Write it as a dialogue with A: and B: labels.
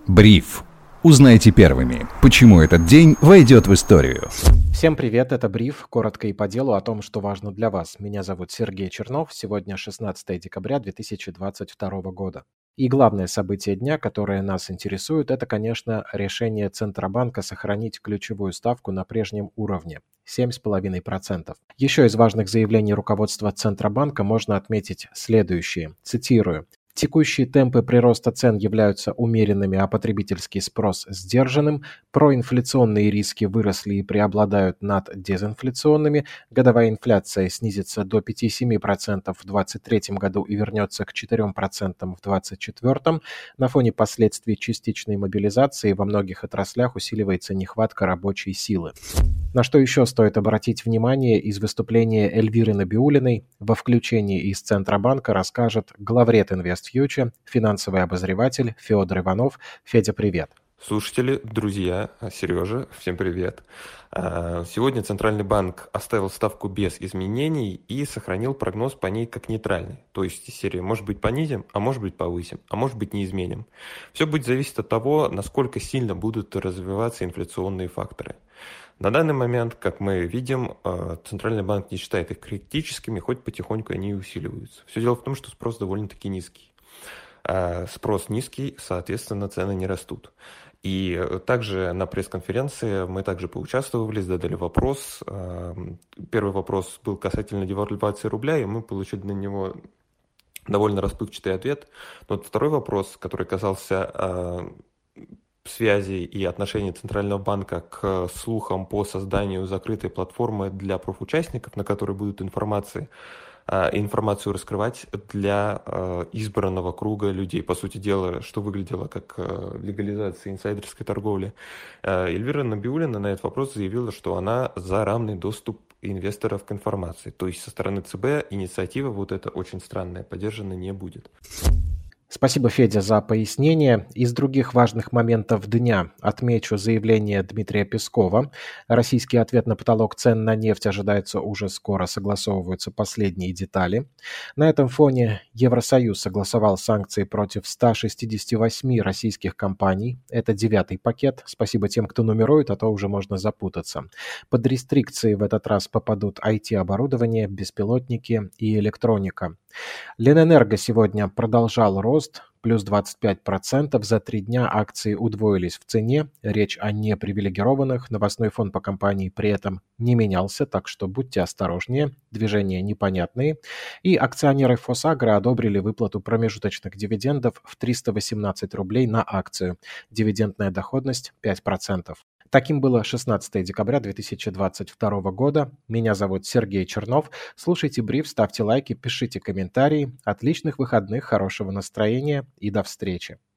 A: Бриф. Узнайте первыми, почему этот день войдет в историю.
B: Всем привет, это Бриф, коротко и по делу о том, что важно для вас. Меня зовут Сергей Чернов, сегодня 16 декабря 2022 года. И главное событие дня, которое нас интересует, это, конечно, решение Центробанка сохранить ключевую ставку на прежнем уровне – 7,5%. Еще из важных заявлений руководства Центробанка можно отметить следующее, цитирую. Текущие темпы прироста цен являются умеренными, а потребительский спрос сдержанным, проинфляционные риски выросли и преобладают над дезинфляционными, годовая инфляция снизится до 5,7% в 2023 году и вернется к 4% в 2024. На фоне последствий частичной мобилизации во многих отраслях усиливается нехватка рабочей силы. На что еще стоит обратить внимание из выступления Эльвиры Набиуллиной, во включении из Центробанка расскажет главред InvestFuture, финансовый обозреватель Федор Иванов. Федя, привет.
C: Слушатели, друзья, Сережа, всем привет. Сегодня Центральный банк оставил ставку без изменений и сохранил прогноз по ней как нейтральный. То есть серия может быть понизим, а может быть повысим, а может быть не изменим. Все будет зависеть от того, насколько сильно будут развиваться инфляционные факторы. На данный момент, как мы видим, Центральный банк не считает их критическими, хоть потихоньку они и усиливаются. Все дело в том, что спрос довольно-таки низкий. Спрос низкий, соответственно, цены не растут. И также на пресс-конференции мы также поучаствовали, задали вопрос. Первый вопрос был касательно девальвации рубля, и мы получили на него довольно расплывчатый ответ. Но вот второй вопрос, который касался связи и отношения Центрального банка к слухам по созданию закрытой платформы для профучастников, на которой будут информацию раскрывать для избранного круга людей. По сути дела, что выглядело как легализация инсайдерской торговли. Эльвира Набиуллина на этот вопрос заявила, что она за равный доступ инвесторов к информации. То есть со стороны ЦБ инициатива вот эта очень странная поддержана не будет.
B: Спасибо, Федя, за пояснение. Из других важных моментов дня отмечу заявление Дмитрия Пескова. Российский ответ на потолок цен на нефть ожидается уже скоро, согласовываются последние детали. На этом фоне Евросоюз согласовал санкции против 168 российских компаний. Это 9-й пакет. Спасибо тем, кто нумерует, а то уже можно запутаться. Под рестрикции в этот раз попадут IT-оборудование, беспилотники и электроника. Ленэнерго сегодня продолжал рост, плюс 25%. За 3 дня акции удвоились в цене. Речь о непривилегированных. Новостной фон по компании при этом не менялся, так что будьте осторожнее. Движения непонятные. И акционеры Фосагро одобрили выплату промежуточных дивидендов в 318 рублей на акцию. Дивидендная доходность 5%. Таким было 16 декабря 2022 года. Меня зовут Сергей Чернов. Слушайте Бриф, ставьте лайки, пишите комментарии. Отличных выходных, хорошего настроения и до встречи.